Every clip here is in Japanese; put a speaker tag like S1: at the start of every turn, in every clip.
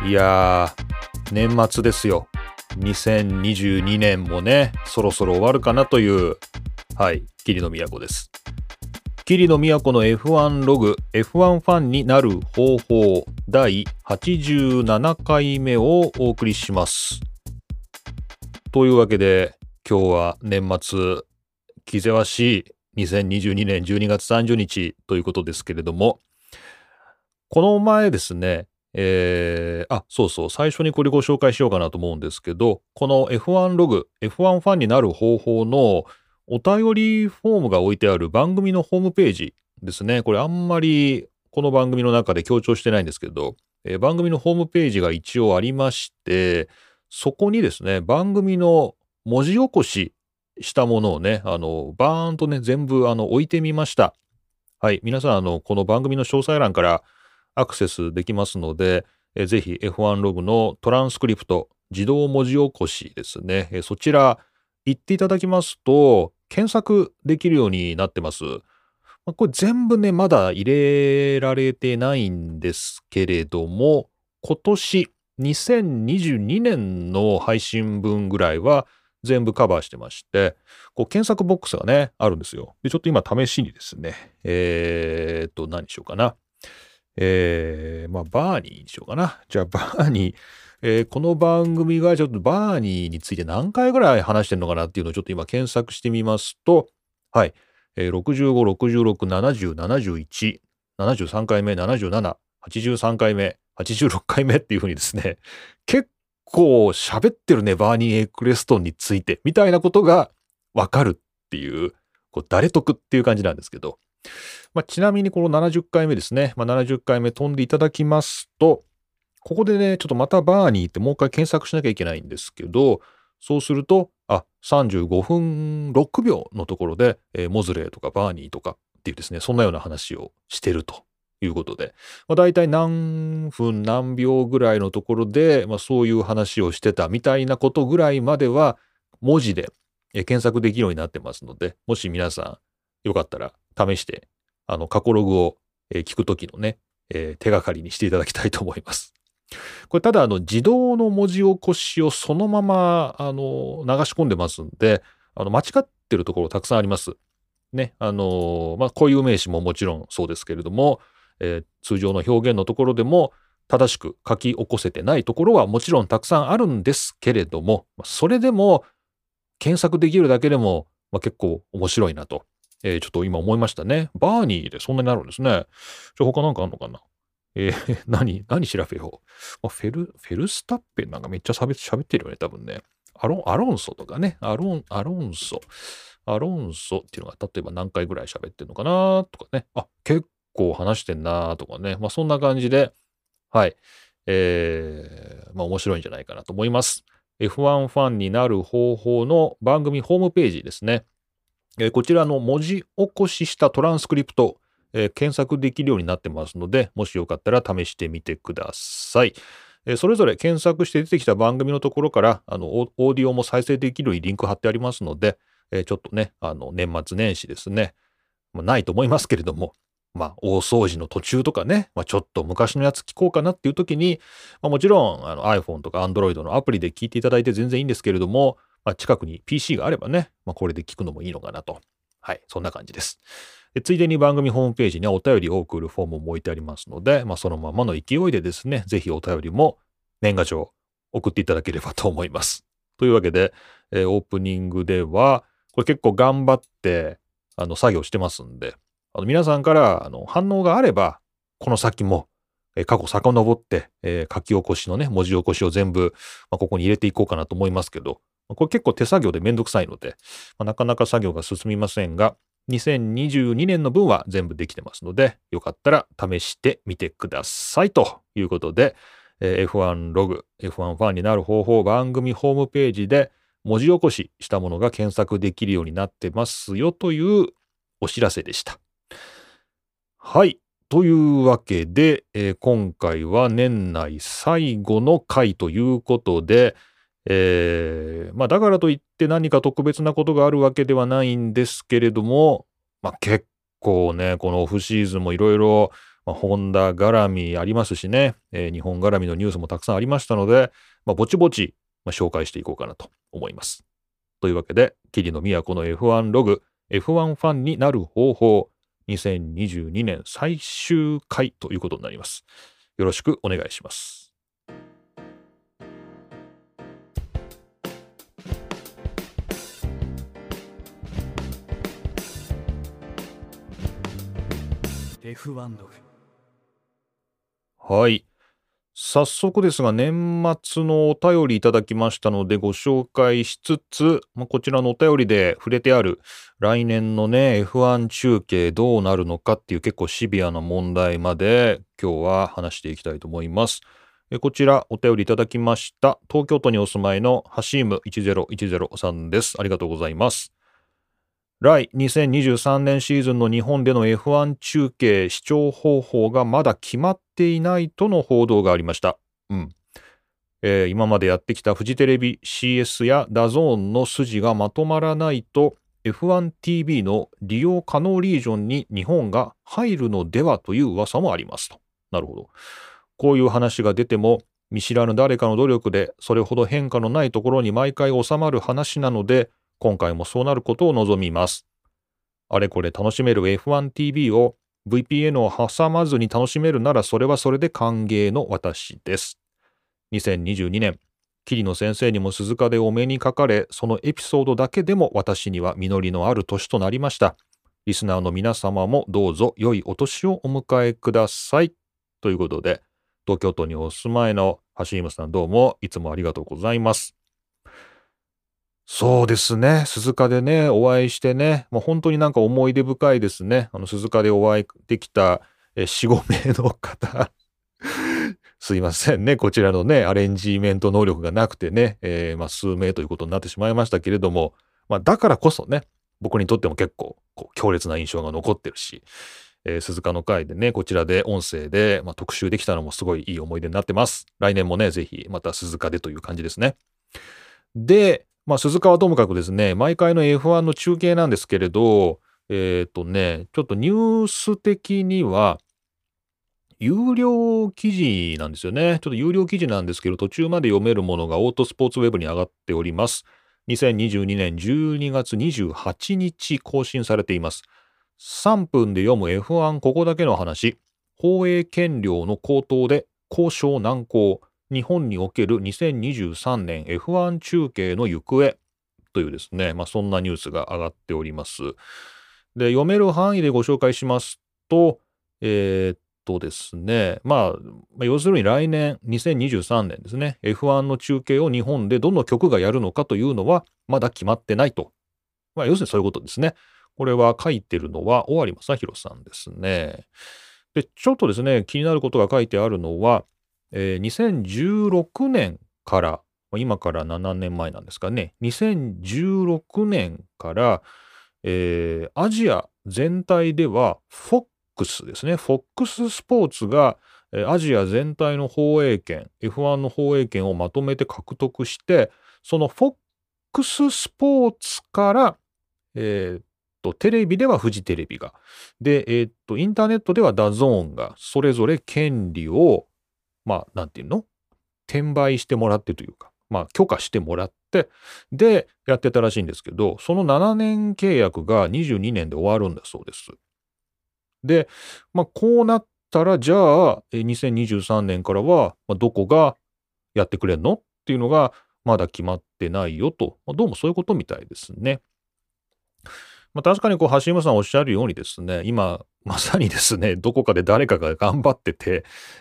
S1: いやー、年末ですよ。2022年もね、そろそろ終わるかなという、桐野都です。桐野都の F1 ログ、F1 ファンになる方法、第87回目をお送りします。というわけで、今日は年末、気ぜわしい2022年12月30日ということですけれども、この前ですね、最初にこれご紹介しようかなと思うんですけど、この F1 ログ、F1 ファンになる方法のお便りフォームが置いてある番組のホームページですね。これあんまりこの番組の中で強調してないんですけど、番組のホームページが一応ありまして、そこにですね、番組の文字起こししたものをね、バーンとね、全部置いてみました。はい、皆さんこの番組の詳細欄からアクセスできますので、ぜひ F1 ログのトランスクリプト、自動文字起こしですね、そちら行っていただきますと、検索できるようになってます。これ全部ね、まだ入れられてないんですけれども、今年2022年の配信分ぐらいは全部カバーしてまして、検索ボックスがね、あるんですよ。で、ちょっと今試しにですね、何にしようかな。バーニーにしようかな。じゃあ、バーニー、この番組がちょっとバーニーについて何回ぐらい話してんのかなっていうのをちょっと今検索してみますと、65、66、70、71、73回目、77、83回目、86回目っていう風にですね、結構喋ってるね、バーニー・エクレストンについて、みたいなことがわかるっていう、誰得っていう感じなんですけど、ちなみにこの70回目ですね。70回目飛んでいただきますと、ここでね、ちょっとまたバーニーってもう一回検索しなきゃいけないんですけど、そうすると、35分6秒のところで、モズレーとかバーニーとかっていうですね、そんなような話をしてるということで、だいたい何分何秒ぐらいのところで、そういう話をしてたみたいなことぐらいまでは、文字で検索できるようになってますので、もし皆さんよかったら試して過去ログを聞くときのね、手がかりにしていただきたいと思います。これただ自動の文字起こしをそのまま流し込んでますんで、間違ってるところたくさんあります。ね、固有名詞ももちろんそうですけれども、通常の表現のところでも正しく書き起こせてないところはもちろんたくさんあるんですけれども、それでも検索できるだけでも、結構面白いなと。ちょっと今思いましたね。バーニーでそんなになるんですね。他なんかあんのかな。何調べよう。フェルスタッペンなんかめっちゃ喋ってるよね、多分ね。アロンソとかね。アロンソっていうのが例えば何回ぐらい喋ってるのかなとかね。結構話してんなとかね。そんな感じで、はい。面白いんじゃないかなと思います。F1 ファンになる方法の番組ホームページですね。こちらの文字起こししたトランスクリプト、検索できるようになってますので、もしよかったら試してみてください。それぞれ検索して出てきた番組のところから、オーディオも再生できるようにリンク貼ってありますので、ちょっとね、年末年始ですね、ないと思いますけれども、大掃除の途中とかね、ちょっと昔のやつ聞こうかなっていう時に、もちろんiPhone とか Android のアプリで聞いていただいて全然いいんですけれども、近くに PC があればね、これで聞くのもいいのかなと。はい、そんな感じです。ついでに番組ホームページにはお便りを送るフォームも置いてありますので、そのままの勢いでですね、ぜひお便りも年賀状送っていただければと思います。というわけで、オープニングでは、これ結構頑張って作業してますんで、皆さんから反応があれば、この先も過去遡って、書き起こしのね、文字起こしを全部、ここに入れていこうかなと思いますけど、これ結構手作業でめんどくさいので、なかなか作業が進みませんが、2022年の分は全部できてますので、よかったら試してみてくださいということで、F1 ログ、F1 ファンになる方法番組ホームページで文字起こししたものが検索できるようになってますよというお知らせでした。はい。というわけで、今回は年内最後の回ということで、だからといって何か特別なことがあるわけではないんですけれども、結構ね、このオフシーズンもいろいろホンダ絡みありますしね、日本絡みのニュースもたくさんありましたので、ぼちぼち、紹介していこうかなと思います。というわけで、桐野都の F1 ログ、F1 ファンになる方法、2022年最終回ということになります。よろしくお願いします。
S2: F1 ログ。
S1: はい。早速ですが、年末のお便りいただきましたのでご紹介しつつ、こちらのお便りで触れてある来年のね、F1 中継どうなるのかっていう結構シビアな問題まで今日は話していきたいと思います。こちらお便りいただきました。東京都にお住まいのハシーム1010さんです。ありがとうございます。来2023年シーズンの日本での F1 中継視聴方法がまだ決まっていないとの報道がありました。今までやってきたフジテレビ CS やダゾーンの筋がまとまらないと F1TV の利用可能リージョンに日本が入るのではという噂もありますと。なるほど。こういう話が出ても見知らぬ誰かの努力でそれほど変化のないところに毎回収まる話なので、今回もそうなることを望みます。あれこれ楽しめる F1TV を VPN を挟まずに楽しめるならそれはそれで歓迎の私です。2022年、桐野先生にも鈴鹿でお目にかかれ、そのエピソードだけでも私には実りのある年となりました。リスナーの皆様もどうぞ良いお年をお迎えください。ということで、東京都にお住まいのハシームさんどうもいつもありがとうございます。そうですね。鈴鹿でね、お会いしてね、本当になんか思い出深いですね。鈴鹿でお会いできた4、5名の方。すいませんね。こちらのね、アレンジメント能力がなくてね、数名ということになってしまいましたけれども、だからこそね、僕にとっても結構強烈な印象が残ってるし、鈴鹿の会でね、こちらで音声で、特集できたのもすごいいい思い出になってます。来年もね、ぜひまた鈴鹿でという感じですね。で、鈴鹿はともかくですね、毎回の F1 の中継なんですけれど、ちょっとニュース的には、有料記事なんですよね。ちょっと有料記事なんですけど、途中まで読めるものがオートスポーツウェブに上がっております。2022年12月28日更新されています。3分で読む F1 ここだけの話。放映権料の高騰で交渉難航。日本における2023年 F1 中継の行方というですね、そんなニュースが上がっております。で、読める範囲でご紹介しますと、ですね、要するに来年2023年ですね、F1 の中継を日本でどの局がやるのかというのはまだ決まってないと。要するにそういうことですね。これは書いてるのは尾張正弘さんですね。で、ちょっとですね、気になることが書いてあるのは、2016年から、今から7年前なんですかね、2016年から、アジア全体では FOX ですね、FOX スポーツがアジア全体の放映権、F1 の放映権をまとめて獲得して、その FOX スポーツから、テレビではフジテレビが、で、インターネットではダゾーンが、それぞれ権利を、なんていうの転売してもらってというか、許可してもらって、で、やってたらしいんですけど、その7年契約が22年で終わるんだそうです。で、こうなったら、じゃあ、2023年からは、どこがやってくれんのっていうのが、まだ決まってないよと。どうもそういうことみたいですね。確かに橋本さんおっしゃるようにですね、今、まさにですね、どこかで誰かが頑張ってて、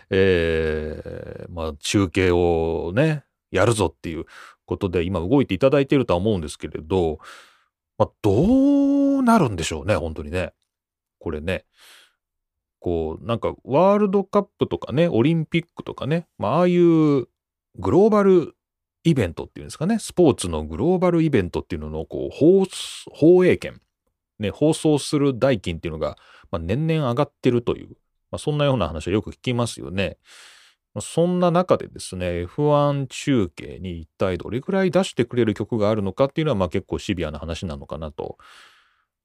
S1: 中継をね、やるぞっていうことで今動いていただいているとは思うんですけれど、どうなるんでしょうね、本当にね。これね。なんかワールドカップとかね、オリンピックとかね、ああいうグローバルイベントっていうんですかね、スポーツのグローバルイベントっていうのの放映権、ね、放送する代金っていうのが、年々上がってるという、そんなような話はよく聞きますよね。そんな中でですね、F1 中継に一体どれくらい出してくれる曲があるのかっていうのは、結構シビアな話なのかなと。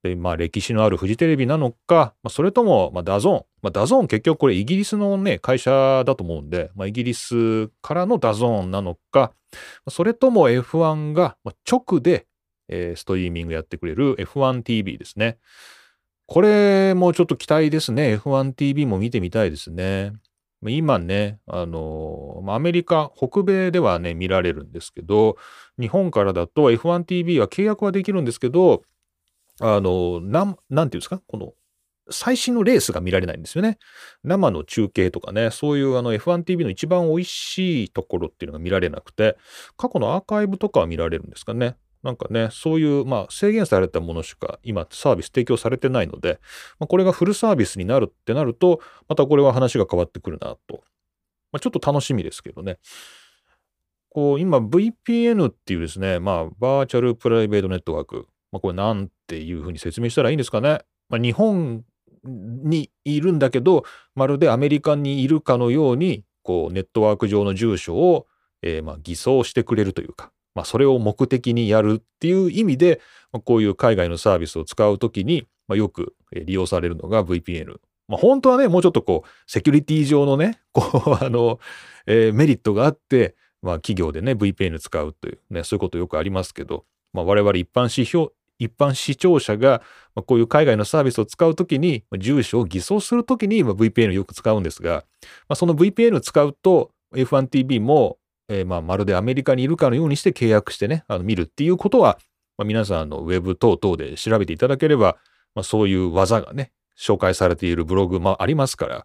S1: で、歴史のあるフジテレビなのか、それとも、ダゾーン。ダゾーン結局これイギリスのね、会社だと思うんで、イギリスからのダゾーンなのか、それとも F1 が直で、ストリーミングやってくれる F1TV ですね。これもちょっと期待ですね。F1TV も見てみたいですね。今ね、アメリカ、北米ではね、見られるんですけど、日本からだと F1TV は契約はできるんですけど、なんていうんですか、この、最新のレースが見られないんですよね。生の中継とかね、そういうF1TV の一番美味しいところっていうのが見られなくて、過去のアーカイブとかは見られるんですかね。なんかね、そういう、制限されたものしか今サービス提供されてないので、これがフルサービスになるってなると、またこれは話が変わってくるなと。ちょっと楽しみですけどね。今 VPN っていうですね、バーチャルプライベートネットワーク。これなんていうふうに説明したらいいんですかね。日本にいるんだけど、まるでアメリカにいるかのように、ネットワーク上の住所を、偽装してくれるというか、それを目的にやるっていう意味で、こういう海外のサービスを使うときに、よく利用されるのが VPN。本当はね、もうちょっとセキュリティ上のね、メリットがあって、企業でね、VPN 使うというね、そういうことよくありますけど、我々一般視聴者が、こういう海外のサービスを使うときに、住所を偽装するときに、VPN よく使うんですが、その VPN を使うと F1TV も、まるでアメリカにいるかのようにして契約してね、見るっていうことは、皆さんウェブ等々で調べていただければ、そういう技がね、紹介されているブログもありますから、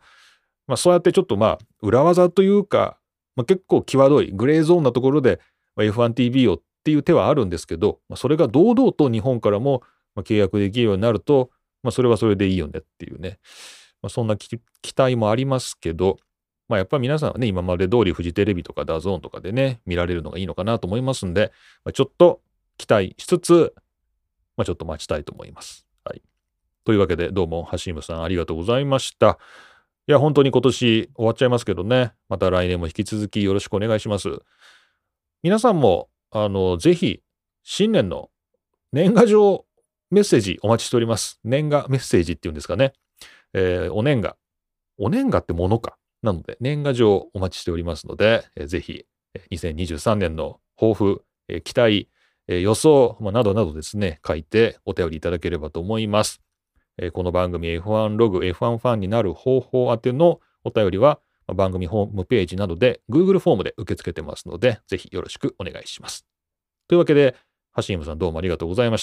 S1: そうやってちょっと裏技というか、結構際どいグレーゾーンなところで F1TV をっていう手はあるんですけど、それが堂々と日本からも契約できるようになると、それはそれでいいよねっていうね、そんな期待もありますけど、やっぱり皆さんはね、今まで通りフジテレビとかダゾーンとかでね、見られるのがいいのかなと思いますんで、ちょっと期待しつつ、ちょっと待ちたいと思います。はい。というわけで、どうも、ハシームさんありがとうございました。いや、本当に今年終わっちゃいますけどね、また来年も引き続きよろしくお願いします。皆さんも、ぜひ、新年の年賀状メッセージお待ちしております。年賀メッセージっていうんですかね。お年賀。お年賀ってものか。なので、年賀状お待ちしておりますので、ぜひ、2023年の抱負、期待、予想、などなどですね、書いてお便りいただければと思います。この番組 F1 ログ、F1 ファンになる方法宛てのお便りは、番組ホームページなどで Google フォームで受け付けてますので、ぜひよろしくお願いします。というわけで、ハシームさんどうもありがとうございました。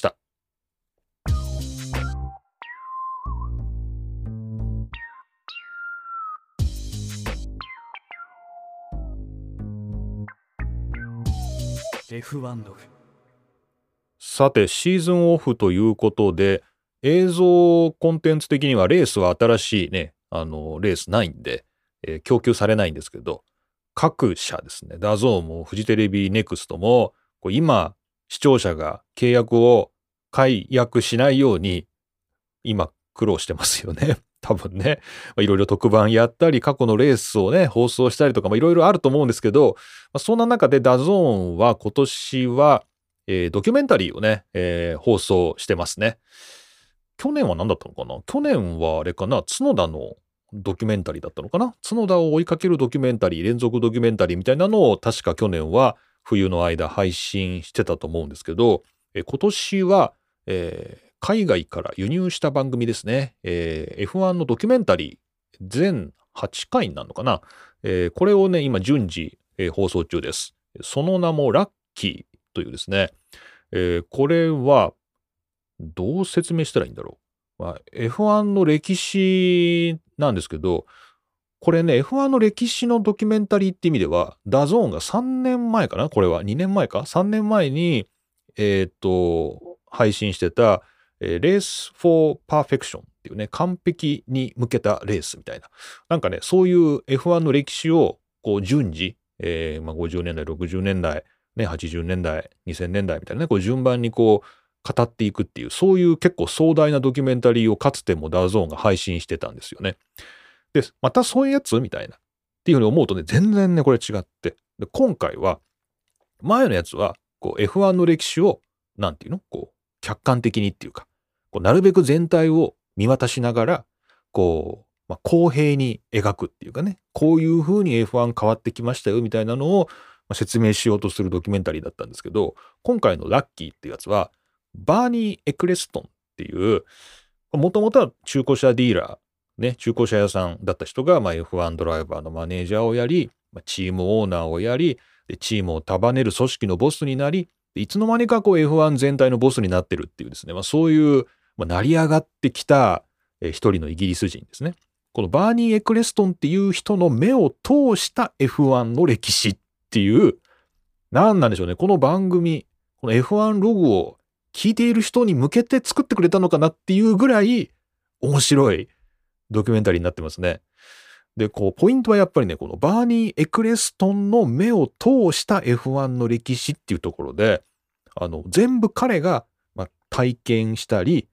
S2: F1 ログ。
S1: さて、シーズンオフということで、映像コンテンツ的にはレースは新しいね、レースないんで、供給されないんですけど、各社ですね、ダゾーンもフジテレビネクストも、今、視聴者が契約を解約しないように、今苦労してますよね。多分ね。いろいろ特番やったり、過去のレースをね、放送したりとか、いろいろあると思うんですけど、そんな中でダゾーンは今年は、ドキュメンタリーをね、放送してますね。去年は何だったのかな？去年はあれかな？角田のドキュメンタリーだったのかな？角田を追いかけるドキュメンタリー、連続ドキュメンタリーみたいなのを確か去年は冬の間配信してたと思うんですけど、今年は、海外から輸入した番組ですね。F1 のドキュメンタリー全8回になるのかな？これをね、今順次、放送中です。その名もラッキーというですね、これはどう説明したらいいんだろう。F1 の歴史なんですけど、これね、F1 の歴史のドキュメンタリーって意味では、ダゾーンが3年前かな？これは2年前か ?3 年前に、配信してた、レース・フォー・パーフェクションっていうね、完璧に向けたレースみたいな。なんかね、そういう F1 の歴史を順次、50年代、60年代、ね、80年代、2000年代みたいなね、順番に語っていくっていう、そういう結構壮大なドキュメンタリーをかつてもダゾーンが配信してたんですよね。で、またそういうやつみたいな。っていうふうに思うとね、全然ね、これ違って。で、今回は、前のやつは、F1 の歴史を、なんていうの？客観的にっていうか、 なるべく全体を見渡しながら、公平に描くっていうかね、こういう風に F1 変わってきましたよみたいなのを説明しようとするドキュメンタリーだったんですけど、今回のラッキーっていうやつは、バーニー・エクレストンっていう、もともとは中古車ディーラー、ね、中古車屋さんだった人が、F1 ドライバーのマネージャーをやり、チームオーナーをやり、でチームを束ねる組織のボスになり、いつの間にかF1 全体のボスになってるっていうですね、そういう、成り上がってきた一人のイギリス人ですね。このバーニー・エクレストンっていう人の目を通した F1 の歴史っていう、なんなんでしょうね。この番組、この F1 ログを聞いている人に向けて作ってくれたのかなっていうぐらい面白いドキュメンタリーになってますね。で、ポイントはやっぱりね、このバーニー・エクレストンの目を通した F1 の歴史っていうところで、全部彼が、体験したり、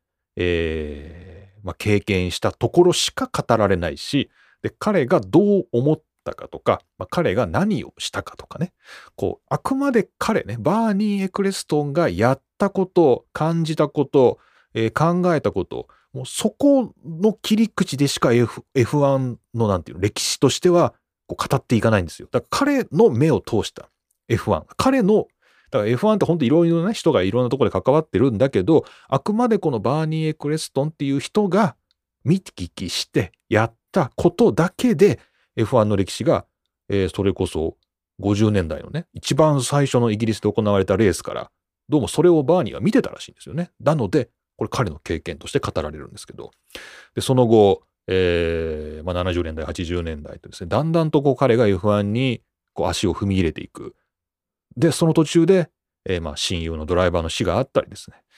S1: 経験したところしか語られないし、で、彼がどう思ったかとか、彼が何をしたかとかね、あくまで彼ね、バーニー・エクレストンがやったこと、感じたこと、考えたこと、もうそこの切り口でしか F1 のなんていうの歴史としては語っていかないんですよ。だから彼の目を通した F1。だから F1 って本当いろいろな人がいろんなところで関わってるんだけど、あくまでこのバーニー・エクレストンっていう人が見聞きしてやったことだけで F1 の歴史が、それこそ50年代のね、一番最初のイギリスで行われたレースから、どうもそれをバーニーは見てたらしいんですよね。なので、これ彼の経験として語られるんですけど、でその後、70年代、80年代とですね、だんだんと彼が F1 に足を踏み入れていく。で、その途中で、親友のドライバーの死があったりですね、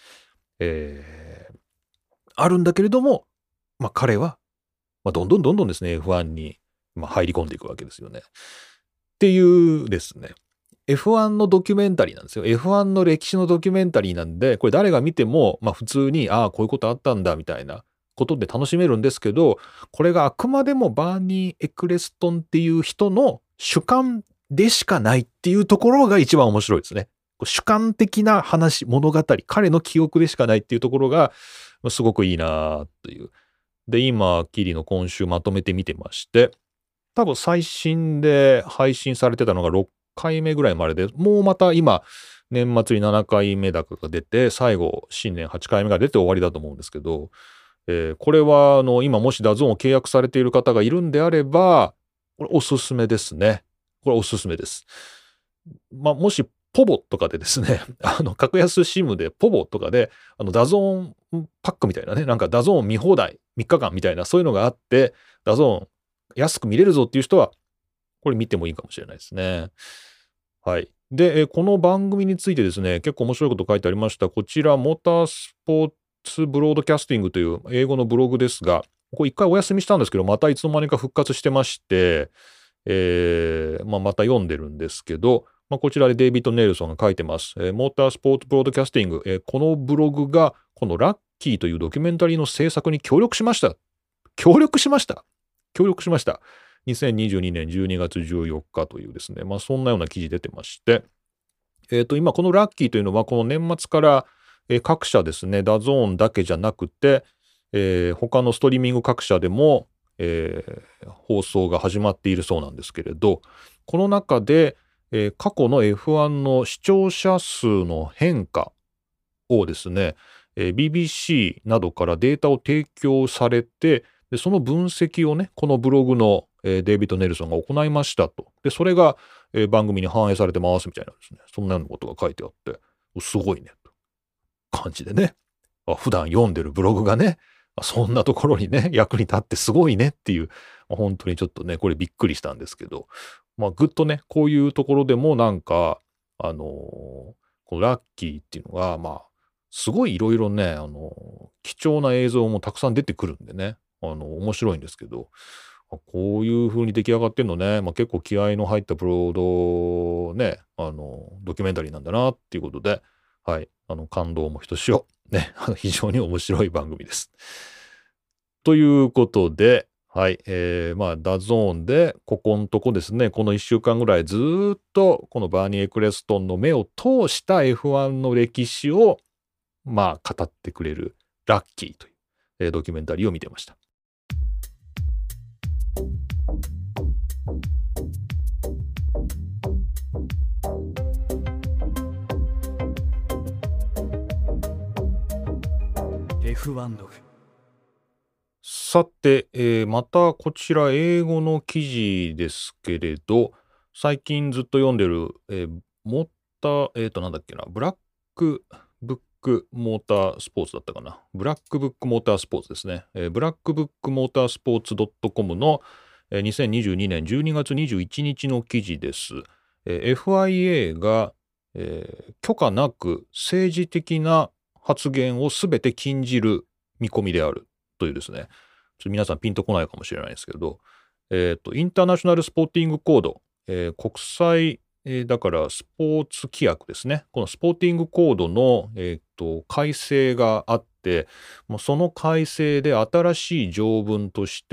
S1: あるんだけれども、彼は、どんどんですね、F1 に、入り込んでいくわけですよね。っていうですね、F1 のドキュメンタリーなんですよ。F1 の歴史のドキュメンタリーなんで、これ誰が見ても、普通に、こういうことあったんだ、みたいなことで楽しめるんですけど、これがあくまでもバーニー・エクレストンっていう人の主観でしかないっていうところが一番面白いですね。主観的な話、物語、彼の記憶でしかないっていうところが、すごくいいなという。で、今、キリの今週まとめてみてまして、多分最新で配信されてたのが6回目ぐらいまでで、もうまた今、年末に7回目だかが出て、最後、新年8回目が出て終わりだと思うんですけど、これは、今もしダゾーンを契約されている方がいるんであれば、これおすすめですね。これおすすめです。もし、ポボとかでですね、格安シムでポボとかで、ダゾーンパックみたいなね、なんかダゾーン見放題3日間みたいな、そういうのがあって、ダゾーン安く見れるぞっていう人は、これ見てもいいかもしれないですね。はい。で、この番組についてですね、結構面白いこと書いてありました。こちら、モータースポーツブロードキャスティングという英語のブログですが、これ一回お休みしたんですけど、またいつの間にか復活してまして、また読んでるんですけど、こちらでデイビッド・ネルソンが書いてます。モータースポーツブロードキャスティング、このブログが、このラッキーというドキュメンタリーの制作に協力しました。協力しました。2022年12月14日というですね、そんなような記事出てまして、今このラッキーというのはこの年末から、各社ですね、ダゾーンだけじゃなくて、他のストリーミング各社でも、放送が始まっているそうなんですけれど、この中で、過去の F1 の視聴者数の変化をですね、BBC などからデータを提供されて、でその分析をね、このブログの、デイビッド・ネルソンが行いましたと。で、それが、番組に反映されてますみたいなですね、そんなようなことが書いてあって、すごいね、と感じでね、普段読んでるブログがね、そんなところにね、役に立ってすごいねっていう、本当にちょっとね、これびっくりしたんですけど、ぐっとね、こういうところでもなんか、このラッキーっていうのが、すごいいろいろね、貴重な映像もたくさん出てくるんでね、面白いんですけど、こういう風に出来上がってんのね、結構気合いの入ったブロードね、ドキュメンタリーなんだなっていうことで、はい、感動もひとしお、ね、非常に面白い番組です。ということで、はい、ダゾーンで、ここのとこですね、この1週間ぐらいずっと、このバーニー・エクレストンの目を通した F1 の歴史を、語ってくれるラッキーという、ドキュメンタリーを見てました。
S2: F1 ログ。
S1: さて、またこちら英語の記事ですけれど、最近ずっと読んでる、モーター、なんだっけな、ブラックブックモータースポーツだったかな。ブラックブックモータースポーツですね。ブラックブックモータースポーツ .com の、2022年12月21日の記事です。FIA が、許可なく政治的な発言をすべて禁じる見込みであるというですね、ちょっと皆さんピンとこないかもしれないですけど、インターナショナルスポーティングコード、国際、だからスポーツ規約ですね。このスポーティングコードの、改正があって、もうその改正で新しい条文として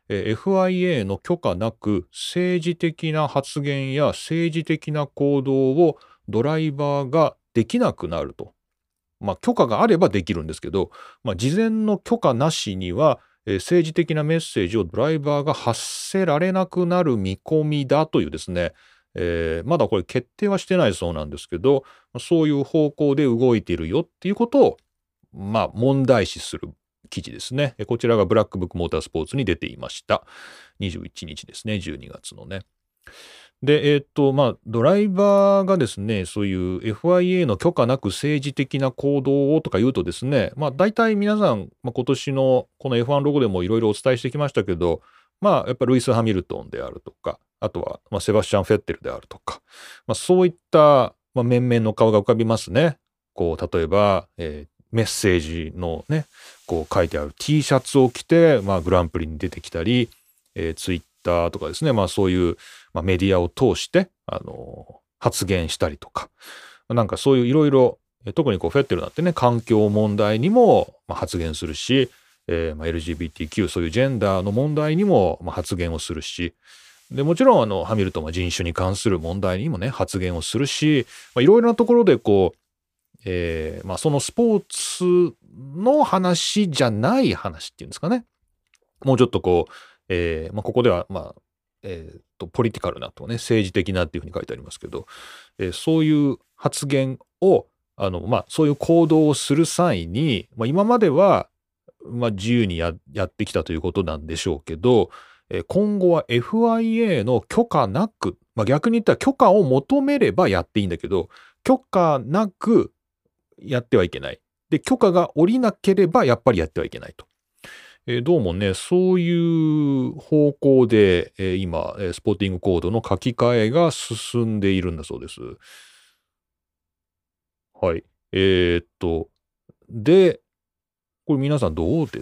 S1: 、FIA の許可なく政治的な発言や政治的な行動をドライバーができなくなると。許可があればできるんですけど、事前の許可なしには、政治的なメッセージをドライバーが発せられなくなる見込みだというですね、まだこれ決定はしてないそうなんですけど、そういう方向で動いているよっていうことを、問題視する記事ですね。こちらがブラックブックモータースポーツに出ていました。21日ですね、12月のね。で、ドライバーがですね、そういう FIA の許可なく政治的な行動をとか言うとですね、大体皆さん、今年のこの F1 ロゴでもいろいろお伝えしてきましたけど、やっぱルイス・ハミルトンであるとか、あとは、セバスチャン・フェッテルであるとか、そういった、面々の顔が浮かびますね。こう、例えば、メッセージのね、こう書いてある T シャツを着て、グランプリに出てきたり、ツイッターとかですね、そういう、メディアを通して、発言したりとか、なんかそういういろいろ、特にこうフェッテルなんてね、環境問題にも発言するし、LGBTQ、そういうジェンダーの問題にも発言をするし、でもちろんハミルトンは人種に関する問題にもね、発言をするし、いろいろなところでこう、そのスポーツの話じゃない話っていうんですかね。もうちょっとこう、ここでは、ポリティカルなとね、政治的なっていうふうに書いてありますけど、そういう発言を、そういう行動をする際に、今までは、自由にやってきたということなんでしょうけど、今後は FIA の許可なく、逆に言ったら許可を求めればやっていいんだけど、許可なくやってはいけない。で、許可が下りなければやっぱりやってはいけないと。どうもね、そういう方向で、今、スポーティングコードの書き換えが進んでいるんだそうです。はい。で、これ皆さんどうです？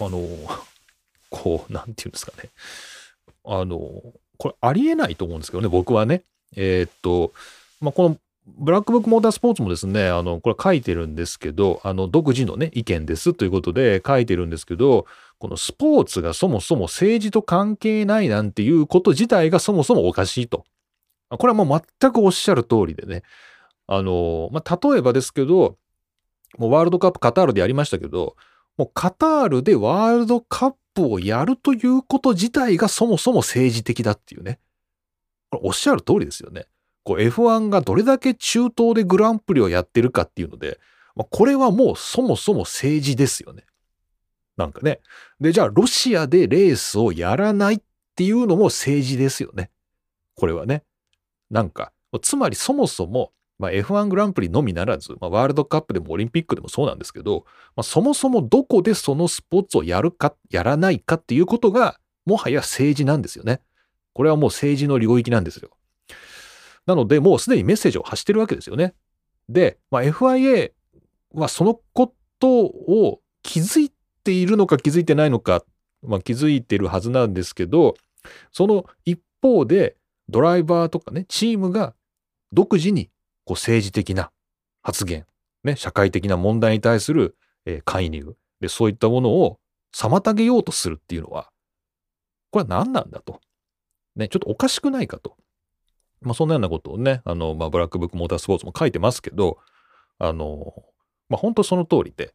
S1: こう、なんていうんですかね。これありえないと思うんですけどね、僕はね。このブラックブックモータースポーツもですね、これ書いてるんですけど、独自のね、意見ですということで書いてるんですけど、このスポーツがそもそも政治と関係ないなんていうこと自体がそもそもおかしいと。これはもう全くおっしゃる通りでね。例えばですけど、もうワールドカップカタールでやりましたけど、もうカタールでワールドカップをやるということ自体がそもそも政治的だっていうね。これおっしゃる通りですよね。こう F1 がどれだけ中東でグランプリをやってるかっていうので、これはもうそもそも政治ですよね。なんかね。で、じゃあロシアでレースをやらないっていうのも政治ですよね。これはね。なんか、つまりそもそも、F1 グランプリのみならず、ワールドカップでもオリンピックでもそうなんですけど、そもそもどこでそのスポーツをやるか、やらないかっていうことが、もはや政治なんですよね。これはもう政治の領域なんですよ。なので、もうすでにメッセージを発してるわけですよね。で、FIA はそのことを気づいているのか気づいてないのか、気づいてるはずなんですけど、その一方で、ドライバーとかね、チームが独自にこう政治的な発言、ね、社会的な問題に対する介入で、そういったものを妨げようとするっていうのは、これは何なんだと。ね、ちょっとおかしくないかと。そんなようなことをね、ブラックブックモータースポーツも書いてますけど、本当その通りで、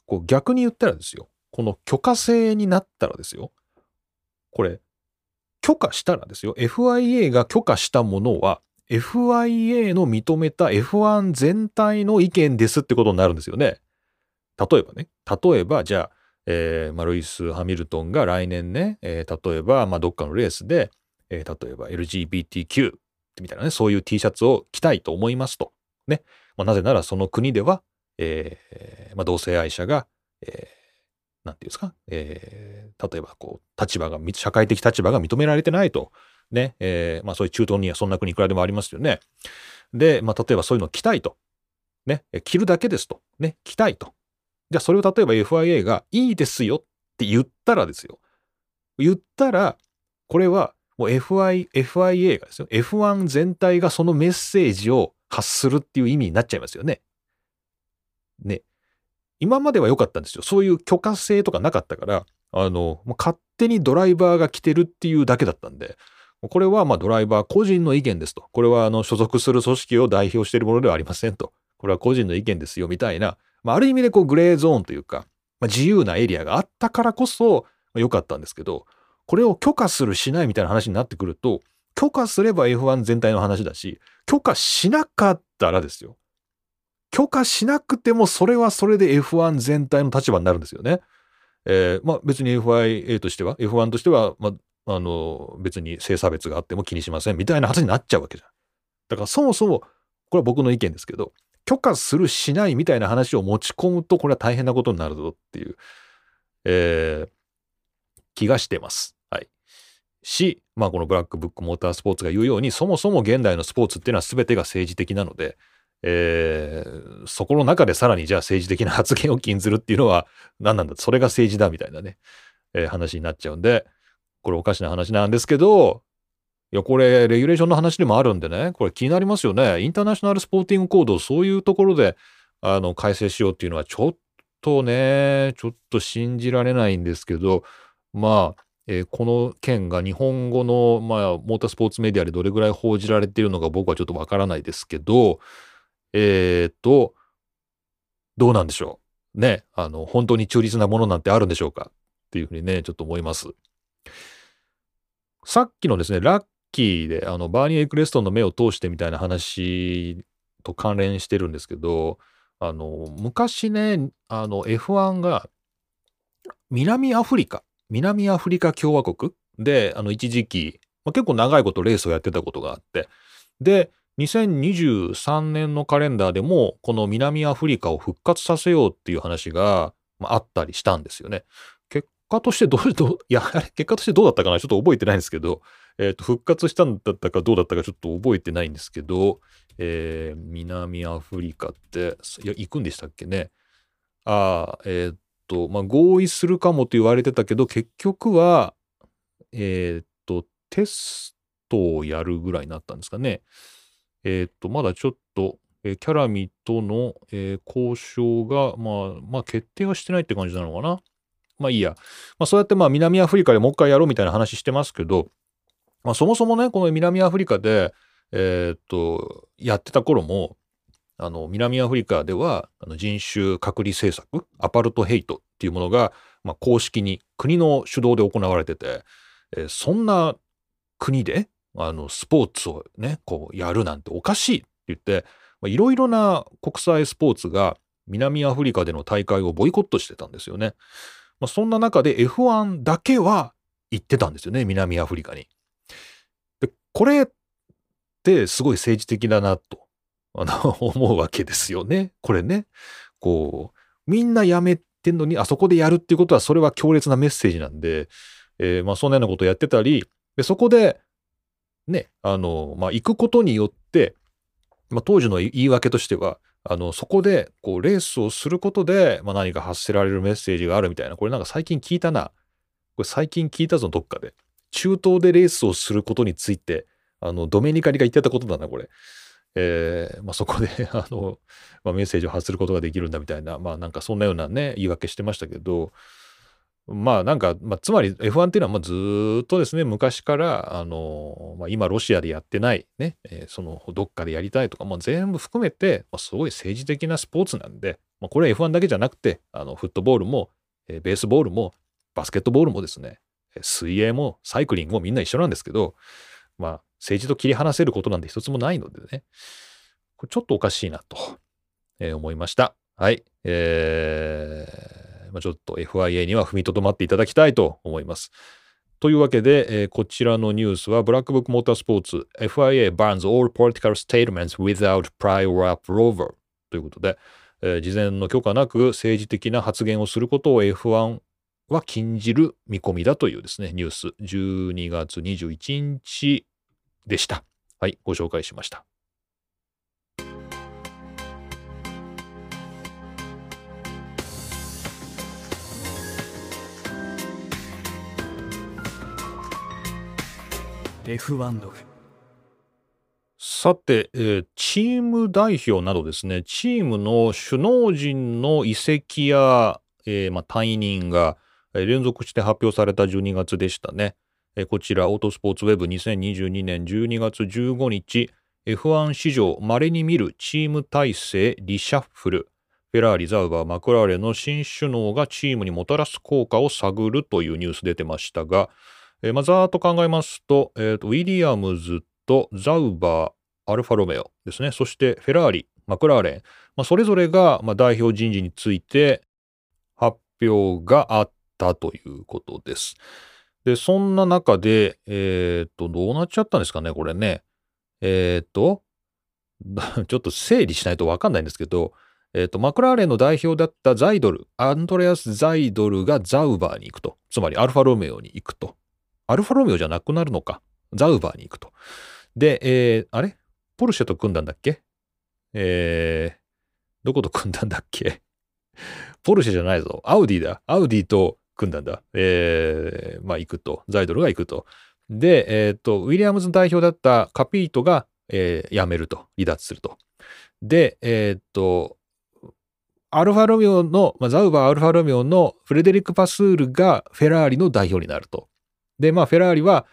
S1: こう逆に言ったらですよ、この許可制になったらですよ、これ、許可したらですよ、FIA が許可したものは、FIA の認めた F1 全体の意見ですってことになるんですよね。例えばじゃあ、ルイス・ハミルトンが来年ね、例えば、どっかのレースで、例えば LGBTQ みたいなね、そういう T シャツを着たいと思いますと。ね。なぜならその国では、同性愛者が、なんていうんですか、例えばこう、社会的立場が認められてないと。ね。そういう中東にはそんな国いくらでもありますよね。で、例えばそういうのを着たいと。ね。着るだけですと。ね。着たいと。じゃあそれを例えば FIA がいいですよって言ったらですよ。言ったら、これはもう FIA がですよ。F1 全体がそのメッセージを発するっていう意味になっちゃいますよね。ね。今までは良かったんですよ。そういう許可制とかなかったから、もう勝手にドライバーが来てるっていうだけだったんで、これはドライバー個人の意見ですと。これは所属する組織を代表しているものではありませんと。これは個人の意見ですよみたいな、ある意味でこうグレーゾーンというか、自由なエリアがあったからこそ良かったんですけど、これを許可するしないみたいな話になってくると、許可すれば F1 全体の話だし、許可しなかったらですよ。許可しなくてもそれはそれで F1 全体の立場になるんですよね。別に FIA としては、F1 としては、別に性差別があっても気にしませんみたいな話になっちゃうわけじゃん。だからそもそも、これは僕の意見ですけど、許可するしないみたいな話を持ち込むと、これは大変なことになるぞっていう、気がしてます。はい。このブラックブックモータースポーツが言うように、そもそも現代のスポーツっていうのは全てが政治的なので、そこの中でさらにじゃあ政治的な発言を禁ずるっていうのは何なんだ、それが政治だみたいなね、話になっちゃうんで、これおかしな話なんですけど、いや、これレギュレーションの話でもあるんでね、これ気になりますよね。インターナショナルスポーティングコードをそういうところで改正しようっていうのはちょっと信じられないんですけど、この件が日本語の、モータースポーツメディアでどれぐらい報じられているのか僕はちょっとわからないですけど、どうなんでしょう。ね。本当に中立なものなんてあるんでしょうかっていうふうにね、ちょっと思います。さっきのですね、ラッキーで、バーニー・エクレストンの目を通してみたいな話と関連してるんですけど、昔ね、F1 が南アフリカ共和国で、一時期、結構長いことレースをやってたことがあって、で、2023年のカレンダーでも、この南アフリカを復活させようっていう話が、あったりしたんですよね。結果として結果としてどうだったかなちょっと覚えてないんですけど、復活したんだったかどうだったかちょっと覚えてないんですけど、南アフリカって、行くんでしたっけね。合意するかもと言われてたけど、結局は、テストをやるぐらいになったんですかね。まだちょっと、キャラミとの、交渉が、決定はしてないって感じなのかな。いいや。そうやって南アフリカでもう一回やろうみたいな話してますけど、そもそもね、この南アフリカで、やってた頃も、南アフリカでは人種隔離政策、アパルトヘイトっていうものが、公式に国の主導で行われてて、そんな国でスポーツをね、こうやるなんておかしいって言って、いろいろな国際スポーツが南アフリカでの大会をボイコットしてたんですよね。そんな中で F1 だけは行ってたんですよね、南アフリカに。で、これってすごい政治的だなと、思うわけですよね。これね。こう、みんなやめてんのに、あそこでやるっていうことは、それは強烈なメッセージなんで、そんなようなことをやってたり、で、そこで、ね、行くことによって、当時の言い訳としては、そこで、こう、レースをすることで、何か発せられるメッセージがあるみたいな、これなんか最近聞いたな。これ最近聞いたぞ、どっかで。中東でレースをすることについて、ドメニカリが言ってたことだな、これ。そこで、メッセージを発することができるんだみたいな、なんかそんなようなね、言い訳してましたけど、つまり F1 っていうのはずーっとですね、昔から、今ロシアでやってないね、そのどっかでやりたいとか、全部含めて、すごい政治的なスポーツなんで、 これは F1 だけじゃなくて、フットボールも、ベースボールも、バスケットボールもですね、水泳もサイクリングもみんな一緒なんですけど、政治と切り離せることなんて一つもないのでね、これちょっとおかしいなと、思いました。はい。ちょっと FIA には踏みとどまっていただきたいと思います。というわけで、こちらのニュースはブラックブックモータースポーツ FIA bans all political statements without prior approval ということで、事前の許可なく政治的な発言をすることを F1 は禁じる見込みだというですね、ニュース12月21日でした。はい、ご紹介しました。
S2: F1 ログ。
S1: さて、チーム代表などですね、チームの首脳陣の移籍や、退任が連続して発表された12月でしたね。こちら、オートスポーツウェブ2022年12月15日、F1 史上稀に見るチーム体制リシャッフル。フェラーリ、ザウバー、マクラーレンの新首脳がチームにもたらす効果を探るというニュース出てましたが、ざーっと考えますと、ウィリアムズとザウバー、アルファロメオですね。そしてフェラーリ、マクラーレン、それぞれが代表人事について発表があったということです。で、そんな中で、どうなっちゃったんですかね、これね。ちょっと整理しないとわかんないんですけど、マクラーレンの代表だったザイドル、アンドレアス・ザイドルがザウバーに行くと。つまりアルファロメオに行くと。アルファロメオじゃなくなるのか。ザウバーに行くと。で、あれポルシェと組んだんだっけどこと組んだんだっけポルシェじゃないぞ。アウディだ。アウディと組んだんだ。行くと。ザイドルが行くと。で、ウィリアムズの代表だったカピートが、辞めると。離脱すると。で、アルファロミオの、ザウバーアルファロミオのフレデリック・パスールがフェラーリの代表になると。で、フェラーリは、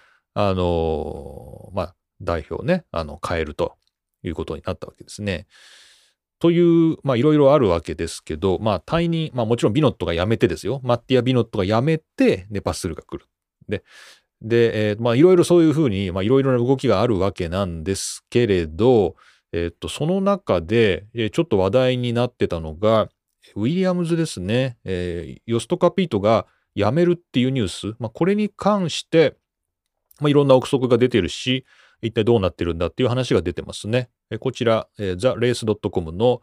S1: 代表ね、変えるということになったわけですね。という、いろいろあるわけですけど、退任、もちろんビノットが辞めてですよ。マッティア・ビノットが辞めて、で、パスールが来る。で、いろいろそういうふうに、いろいろな動きがあるわけなんですけれど、その中で、ちょっと話題になってたのが、ウィリアムズですね。ヨスト・カピートが辞めるっていうニュース。これに関して、いろんな憶測が出てるし、一体どうなってるんだっていう話が出てますね。こちら、TheRace.com の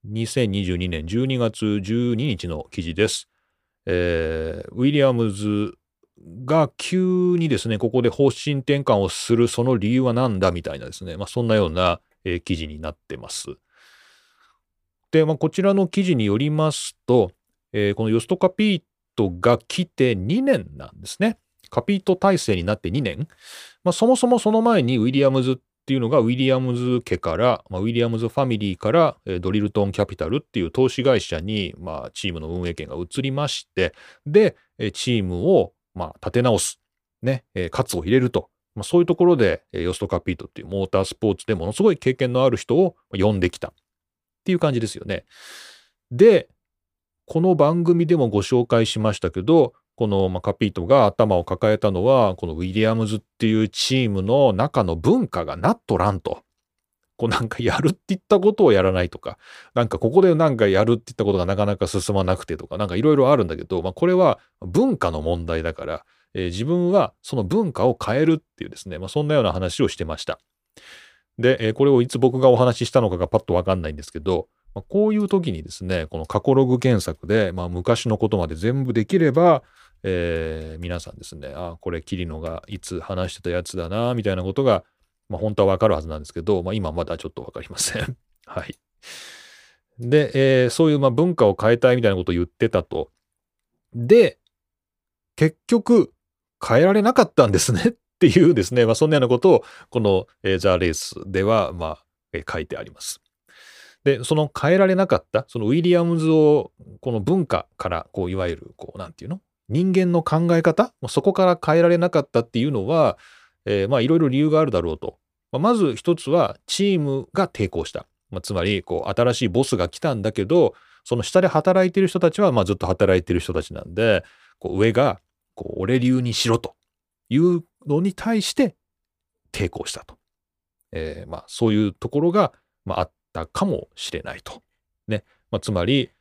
S1: 2022年12月12日の記事です。ウィリアムズが急にですね、ここで方針転換をするその理由は何だみたいなですね、そんなような、記事になってます。で、こちらの記事によりますと、このヨスト・カピートが来て2年なんですね。カピート体制になって2年。そもそもその前にウィリアムズっていうのがウィリアムズ家から、ウィリアムズファミリーからドリルトンキャピタルっていう投資会社に、チームの運営権が移りまして、で、チームを立て直す。ね、活を入れると。そういうところで、ヨスト・カピートっていうモータースポーツでものすごい経験のある人を呼んできたっていう感じですよね。で、この番組でもご紹介しましたけど、このカピートが頭を抱えたのは、このウィリアムズっていうチームの中の文化がなっとらんと。なんかやるって言ったことをやらないとか、ここでやるって言ったことがなかなか進まなくてとか、いろいろあるんだけど、これは文化の問題だから、自分はその文化を変えるっていうですね、そんなような話をしてました。で、これをいつ僕がお話ししたのかがパッとわかんないんですけど、こういう時にですね、この過去ログ検索で、昔のことまで全部できれば、皆さんですね、これ桐野がいつ話してたやつだな、みたいなことが、本当はわかるはずなんですけど、今まだちょっとわかりません。はい。で、そういう文化を変えたいみたいなことを言ってたと。で、結局変えられなかったんですねっていうですね、そんなようなことをこのザ・レースでは書いてあります。で、その変えられなかった、そのウィリアムズをこの文化からいわゆるなんていうの？人間の考え方、そこから変えられなかったっていうのは、いろいろ理由があるだろうと。まず一つはチームが抵抗した。つまり新しいボスが来たんだけど、 その下で働いている人たちは、ずっと働いている人たちなんで、上が、俺流にしろというのに対して抵抗したと。そういうところが、あったかもしれないと。ね。つまり、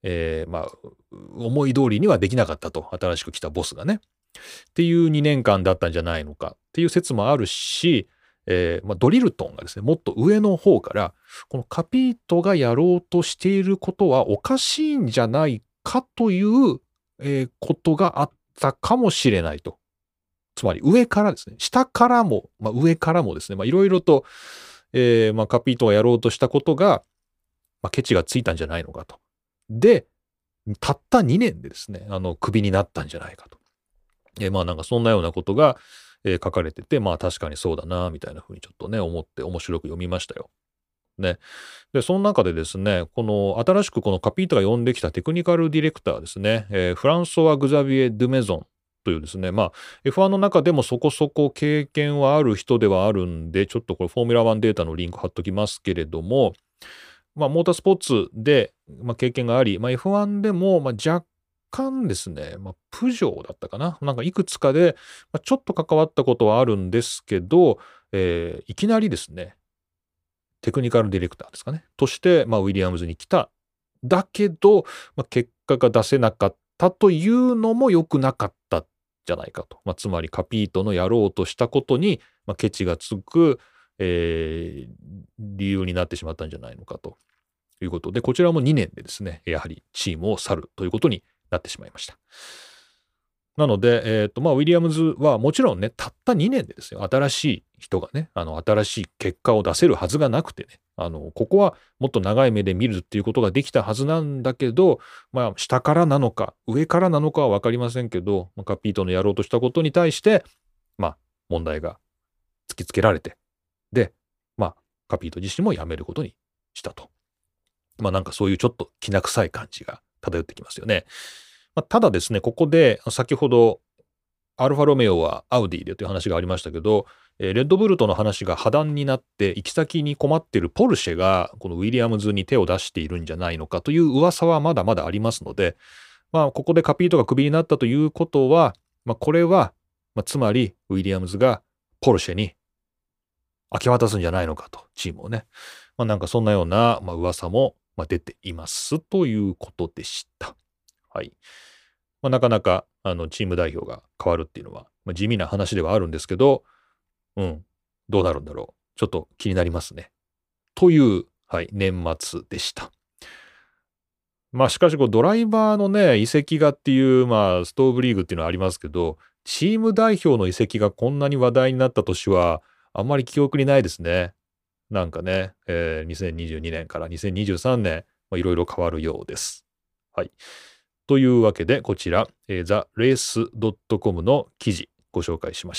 S1: 思い通りにはできなかったと。新しく来たボスがね。っていう2年間だったんじゃないのかっていう説もあるし、ドリルトンがですね、もっと上の方から、このカピートがやろうとしていることはおかしいんじゃないかという、ことがあったかもしれないと。つまり上からですね、下からも、上からもですね、いろいろと、カピートがやろうとしたことが、ケチがついたんじゃないのかと。で、たった2年でですね、クビになったんじゃないかと。なんかそんなようなことが、書かれてて、確かにそうだな、みたいな風にちょっとね、思って面白く読みましたよ。ね。で、その中でですね、新しくこのカピートが呼んできたテクニカルディレクターですね、フランソワ・グザビエ・ドゥメゾンというですね、F1 の中でもそこそこ経験はある人ではあるんで、ちょっとこれフォーミュラ1データのリンク貼っときますけれども、モータースポーツで、経験があり、F1 でも、若干ですね、プジョーだったかな。なんかいくつかで、ちょっと関わったことはあるんですけど、いきなりですね、テクニカルディレクターですかね。として、ウィリアムズに来た。だけど、結果が出せなかったというのも良くなかったじゃないかと。つまりカピートのやろうとしたことに、ケチがつく、理由になってしまったんじゃないのかということで、こちらも2年でですね、やはりチームを去るということになってしまいました。なので、ウィリアムズはもちろんね、たった2年でですよ、新しい人がね、新しい結果を出せるはずがなくてね、ここはもっと長い目で見るっていうことができたはずなんだけど、下からなのか、上からなのかはわかりませんけど、カピートのやろうとしたことに対して、問題が突きつけられて、で、カピート自身も辞めることにしたと。なんかそういうちょっときな臭い感じが漂ってきますよね。ただですね、ここで先ほどアルファロメオはアウディでという話がありましたけど、レッドブルとの話が破談になって行き先に困っているポルシェがこのウィリアムズに手を出しているんじゃないのかという噂はまだまだありますので、ここでカピートがクビになったということは、これは、つまりウィリアムズがポルシェに明け渡すんじゃないのかと、チームをね。なんかそんなような、噂も出ていますということでした。はい。なかなかチーム代表が変わるっていうのは、地味な話ではあるんですけど、どうなるんだろう。ちょっと気になりますね。という、年末でした。しかしドライバーのね、移籍がっていう、ストーブリーグっていうのはありますけど、チーム代表の移籍がこんなに話題になった年は、あんまり記憶にないですね。なんかね、2022年から2023年、いろいろ変わるようです。はい。というわけで、こちら、TheRace.com の記事、ご紹介しました。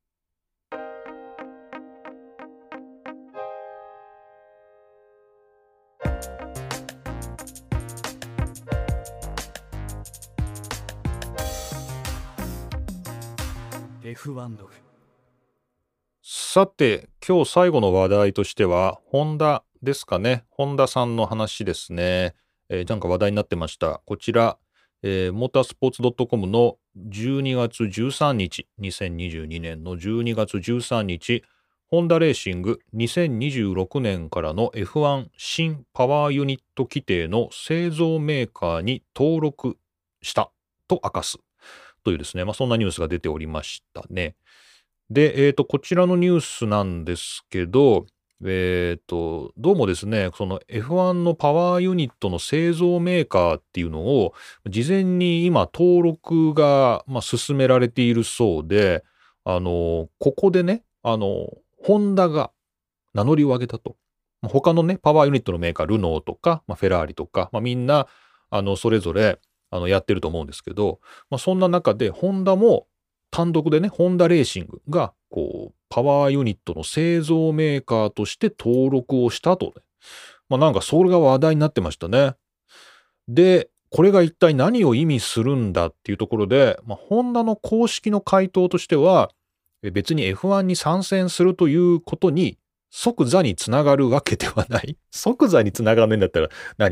S2: F1 ログ。
S1: さて、今日最後の話題としては、ホンダですかね。ホンダさんの話ですね。なんか話題になってました。こちら、モータースポーツ .com の12月13日、2022年の12月13日、ホンダレーシング2026年からの F1 新パワーユニット規定の製造メーカーに登録したと明かすというですね、そんなニュースが出ておりましたね。で、こちらのニュースなんですけど、どうもですね、その F1 のパワーユニットの製造メーカーっていうのを、事前に今登録が、進められているそうで、ここでね、ホンダが名乗りを上げたと。他のね、パワーユニットのメーカー、ルノーとか、フェラーリとか、みんな、それぞれ、やってると思うんですけど、そんな中で、ホンダも、単独でね、ホンダレーシングが、パワーユニットの製造メーカーとして登録をしたとね。なんかそれが話題になってましたね。で、これが一体何を意味するんだっていうところで、ホンダの公式の回答としては、別に F1 に参戦するということに即座につながるわけではない。即座につながるんだったら何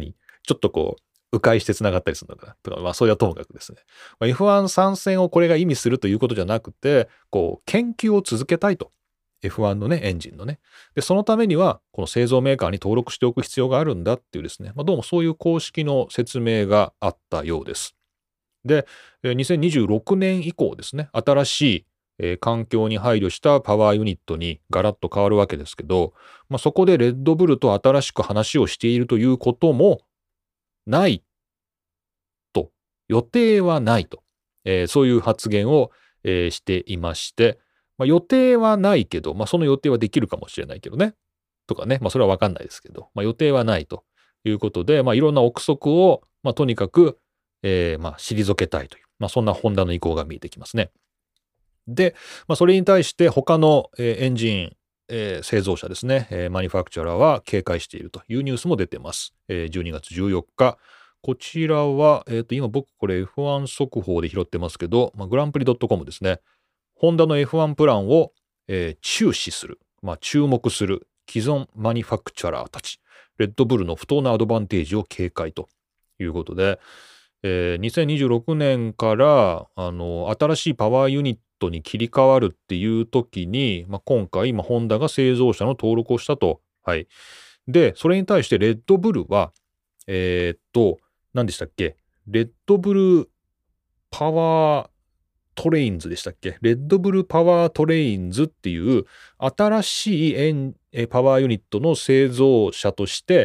S1: ちょっとこう、迂回して繋がったりするのかなとか、まあそれはともかくですね。F1 参戦をこれが意味するということじゃなくて、こう、研究を続けたいと。F1 のね、エンジンのね。で、そのためには、この製造メーカーに登録しておく必要があるんだっていうですね、どうもそういう公式の説明があったようです。で、2026年以降ですね、新しい環境に配慮したパワーユニットにガラッと変わるわけですけど、そこでレッドブルと新しく話をしているということもないと、予定はないと、そういう発言を、していまして、予定はないけど、その予定はできるかもしれないけどね、とかね、それはわかんないですけど、予定はないということで、いろんな憶測を、とにかく、退けたいという、そんなホンダの意向が見えてきますね。で、それに対して他の、エンジン、製造者ですね、マニファクチャラーは警戒しているというニュースも出てます。12月14日。こちらは、今僕これ F1 速報で拾ってますけど、グランプリ .com ですね。ホンダの F1 プランを、注視する、注目する既存マニファクチャラーたち。レッドブルの不当なアドバンテージを警戒ということで、2026年から新しいパワーユニットに切り替わるっていう時に、今回、ホンダが製造者の登録をしたと。はい。で、それに対してレッドブルは、何でしたっけ？レッドブルパワートレインズでしたっけ？レッドブルパワートレインズっていう新しいパワーユニットの製造者として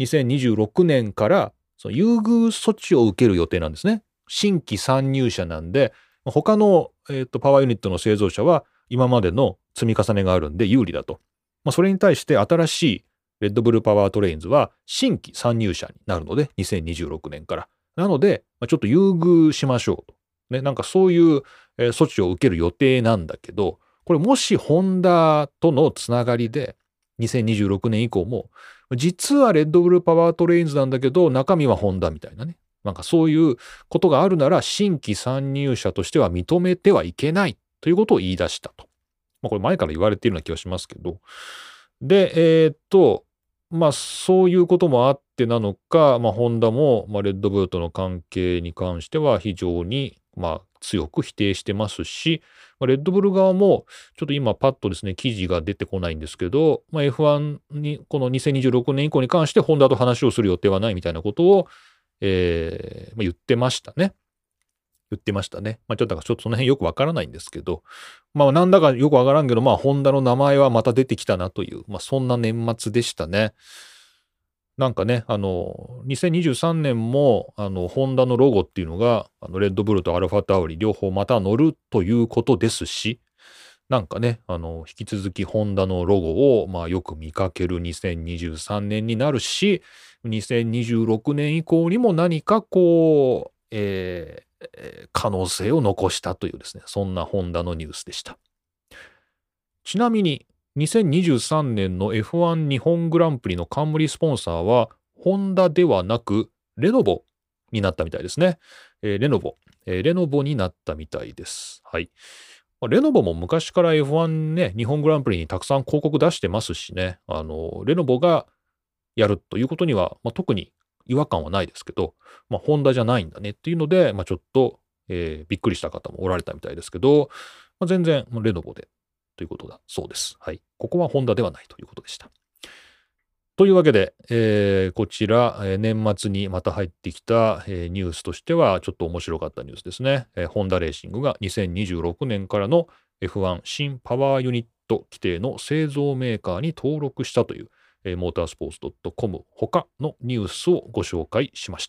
S1: 2026年からその優遇措置を受ける予定なんですね。新規参入者なんで、他の、パワーユニットの製造者は今までの積み重ねがあるんで有利だと。それに対して新しいレッドブルパワートレインズは新規参入者になるので、2026年から。なので、ちょっと優遇しましょうと。ね、なんかそういう措置を受ける予定なんだけど、これもしホンダとのつながりで、2026年以降も、実はレッドブルパワートレインズなんだけど、中身はホンダみたいなね。なんかそういうことがあるなら、新規参入者としては認めてはいけないということを言い出したと。これ前から言われているような気がしますけど。で、そういうこともあってなのか、ホンダも、レッドブルとの関係に関しては非常に、強く否定してますし、レッドブル側も、ちょっと今パッとですね、記事が出てこないんですけど、F1 に、この2026年以降に関してホンダと話をする予定はないみたいなことを、言ってましたね。言ってましたね。ちょっとその辺よくわからないんですけど、なんだかよくわからんけど、ホンダの名前はまた出てきたなという、そんな年末でしたね。なんかね、2023年も、ホンダのロゴっていうのが、レッドブルとアルファタウリ両方また乗るということですし、なんかね、引き続きホンダのロゴを、よく見かける2023年になるし、2026年以降にも何かこう、可能性を残したというですね、そんなホンダのニュースでした。ちなみに、2023年の F1 日本グランプリの冠スポンサーは、ホンダではなく、レノボになったみたいですね。レノボになったみたいです。はい。レノボも昔から F1 ね、日本グランプリにたくさん広告出してますしね、レノボがやるということには、特に違和感はないですけど、ホンダじゃないんだねっていうので、ちょっと、びっくりした方もおられたみたいですけど、全然レノボでということだそうです。はい。ここはホンダではないということでした。というわけで、こちら、年末にまた入ってきた、ニュースとしてはちょっと面白かったニュースですね。ホンダレーシングが2026年からの F1 新パワーユニット規定の製造メーカーに登録したという、モータースポーツ .com 他のニュースをご紹介しました。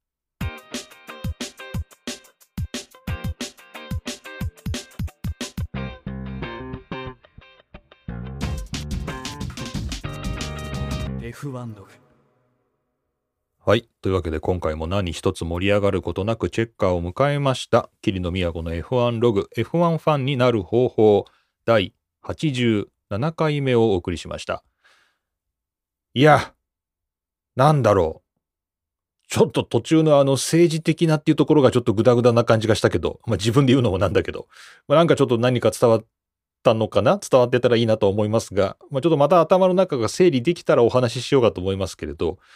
S2: F1 ログ。
S1: はい。というわけで今回も何一つ盛り上がることなくチェッカーを迎えました。桐野都の F1 ログ、F1 ファンになる方法、第87回目をお送りしました。いや、なんだろう。ちょっと途中の政治的なっていうところがちょっとグダグダな感じがしたけど、自分で言うのもなんだけど、なんかちょっと何か伝わったのかな？伝わってたらいいなと思いますが、ちょっとまた頭の中が整理できたらお話ししようかと思いますけれど、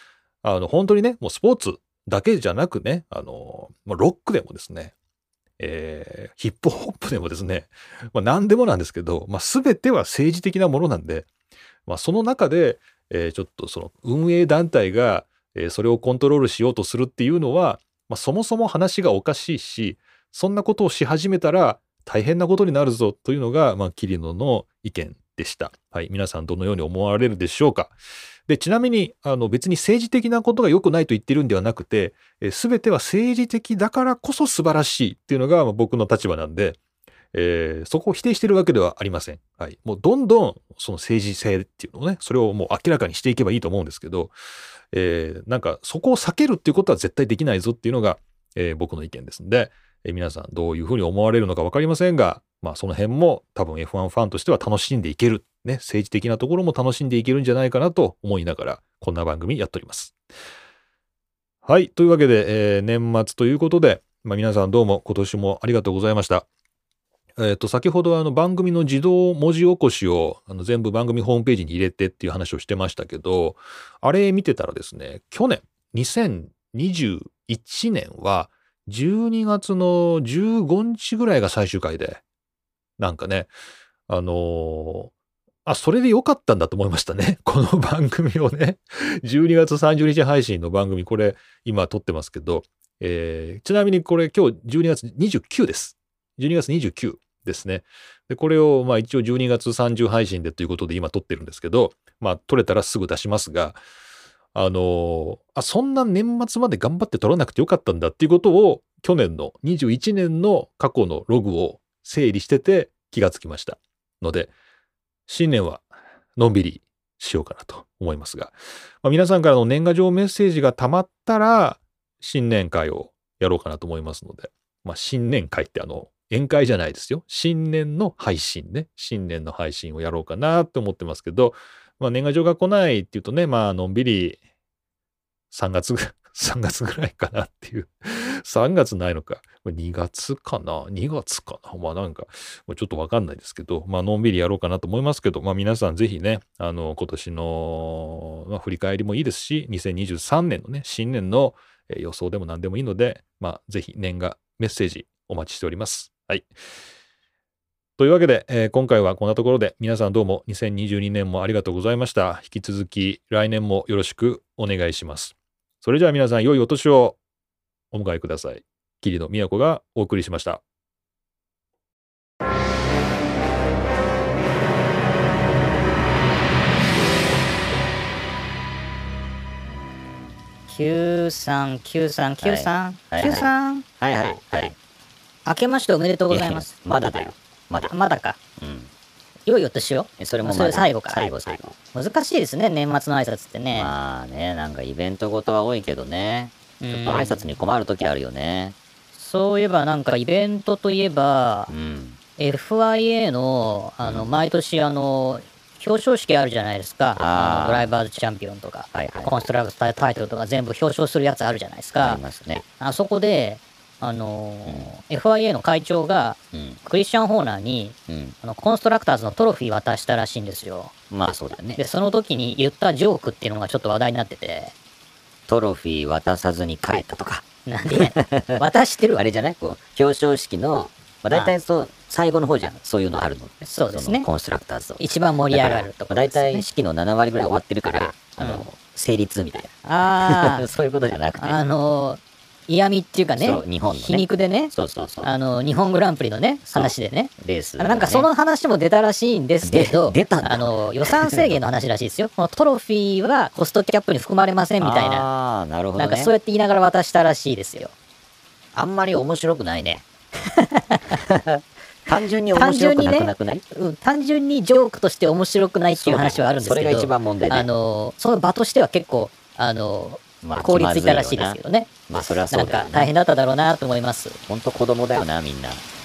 S1: 本当にね、もうスポーツだけじゃなくね、ロックでもですね、ヒップホップでもですね、何でもなんですけど、全ては政治的なものなんで、その中で、ちょっとその運営団体が、それをコントロールしようとするっていうのは、そもそも話がおかしいし、そんなことをし始めたら大変なことになるぞというのが、桐野の意見でした。はい、皆さんどのように思われるでしょうか。で、ちなみに、別に政治的なことが良くないと言ってるんではなくて、全ては政治的だからこそ素晴らしいっていうのが僕の立場なんで、そこを否定してるわけではありません。はい。もうどんどんその政治性っていうのをね、それをもう明らかにしていけばいいと思うんですけど、なんかそこを避けるっていうことは絶対できないぞっていうのが、僕の意見ですんで、皆さんどういうふうに思われるのか分かりませんが、その辺も多分 F1 ファンとしては楽しんでいける。ね、政治的なところも楽しんでいけるんじゃないかなと思いながら、こんな番組やっております。はい。というわけで、年末ということで、皆さんどうも今年もありがとうございました。先ほど番組の自動文字起こしを全部番組ホームページに入れてっていう話をしてましたけど、あれ見てたらですね、去年、2021年は12月の15日ぐらいが最終回で、なんかね、それで良かったんだと思いましたね。この番組をね、12月30日配信の番組、これ今撮ってますけど、ちなみにこれ今日12月29です。12月29ですね。で、これを一応12月30配信でということで今撮ってるんですけど、撮れたらすぐ出しますが、そんな年末まで頑張って撮らなくてよかったんだっていうことを、去年の21年の過去のログを整理してて気がつきましたので、新年はのんびりしようかなと思いますが、皆さんからの年賀状メッセージがたまったら新年会をやろうかなと思いますので、新年会って宴会じゃないですよ。新年の配信ね。新年の配信をやろうかなと思ってますけど、年賀状が来ないっていうとね、のんびり3月ぐらいかなっていう。3月ないのか。2月かな ?2 月かななんか、ちょっとわかんないですけど、のんびりやろうかなと思いますけど、皆さんぜひね、今年の、振り返りもいいですし、2023年のね、新年の予想でも何でもいいので、ぜひ年賀メッセージお待ちしております。はい。というわけで、今回はこんなところで、皆さんどうも2022年もありがとうございました。引き続き来年もよろしくお願いします。それじゃあ皆さん良いお年をお迎えください。桐野都がお送りしました。
S3: 93939393
S4: はいはいはい。
S3: 明けましておめでとうございます。
S4: まだだよ。まだ
S3: か。
S4: うん。
S3: 良いお年を。
S4: それも
S3: それ最後から。
S4: 最後。
S3: 難しいですね、年末の挨拶ってね。
S4: なんかイベントごとは多いけどね。ちょっと挨拶に困るときあるよね。
S3: そういえばなんかイベントといえば、FIA の、毎年表彰式あるじゃないですか。ドライバーズチャンピオンとか、コンストラクタータイトルとか全部表彰するやつあるじゃないですか。
S4: ありますね。
S3: あそこで、FIA の会長が、クリスチャン・ホーナーに、コンストラクターズのトロフィー渡したらしいんですよ。
S4: そうだね。
S3: で、その時に言ったジョークっていうのがちょっと話題になってて。
S4: トロフィー渡さずに帰ったとか。
S3: なんで渡してる
S4: あれじゃない表彰式の、大体最後の方じゃん。そういうのあるの。
S3: そうですね。
S4: コンストラクターズを。
S3: 一番盛り上がるとか。
S4: 大体式の7割ぐらい終わってるから、成立みたいな。そういうことじゃなくて。
S3: 嫌味っていうかね、
S4: 日本のね、
S3: 皮肉でね、日本グランプリのね、話でね、
S4: レース、
S3: なんかその話も出たらしいんですけど、
S4: 出たんだ
S3: 予算制限の話らしいですよ。このトロフィーはコストキャップに含まれませんみたいな。
S4: なるほどね。
S3: なんかそうやって言いながら渡したらしいですよ。
S4: あんまり面白くないね。単純に面白くなくない？
S3: 単純にジョークとして面白くないっていう話はあるんですけど、
S4: それが一番問題で。
S3: その場としては結構、効率いたらしいですけどね。
S4: それはそうだよね。
S3: なんか大変だっただろうなと思います。
S4: ほんと子供だよな、みんな。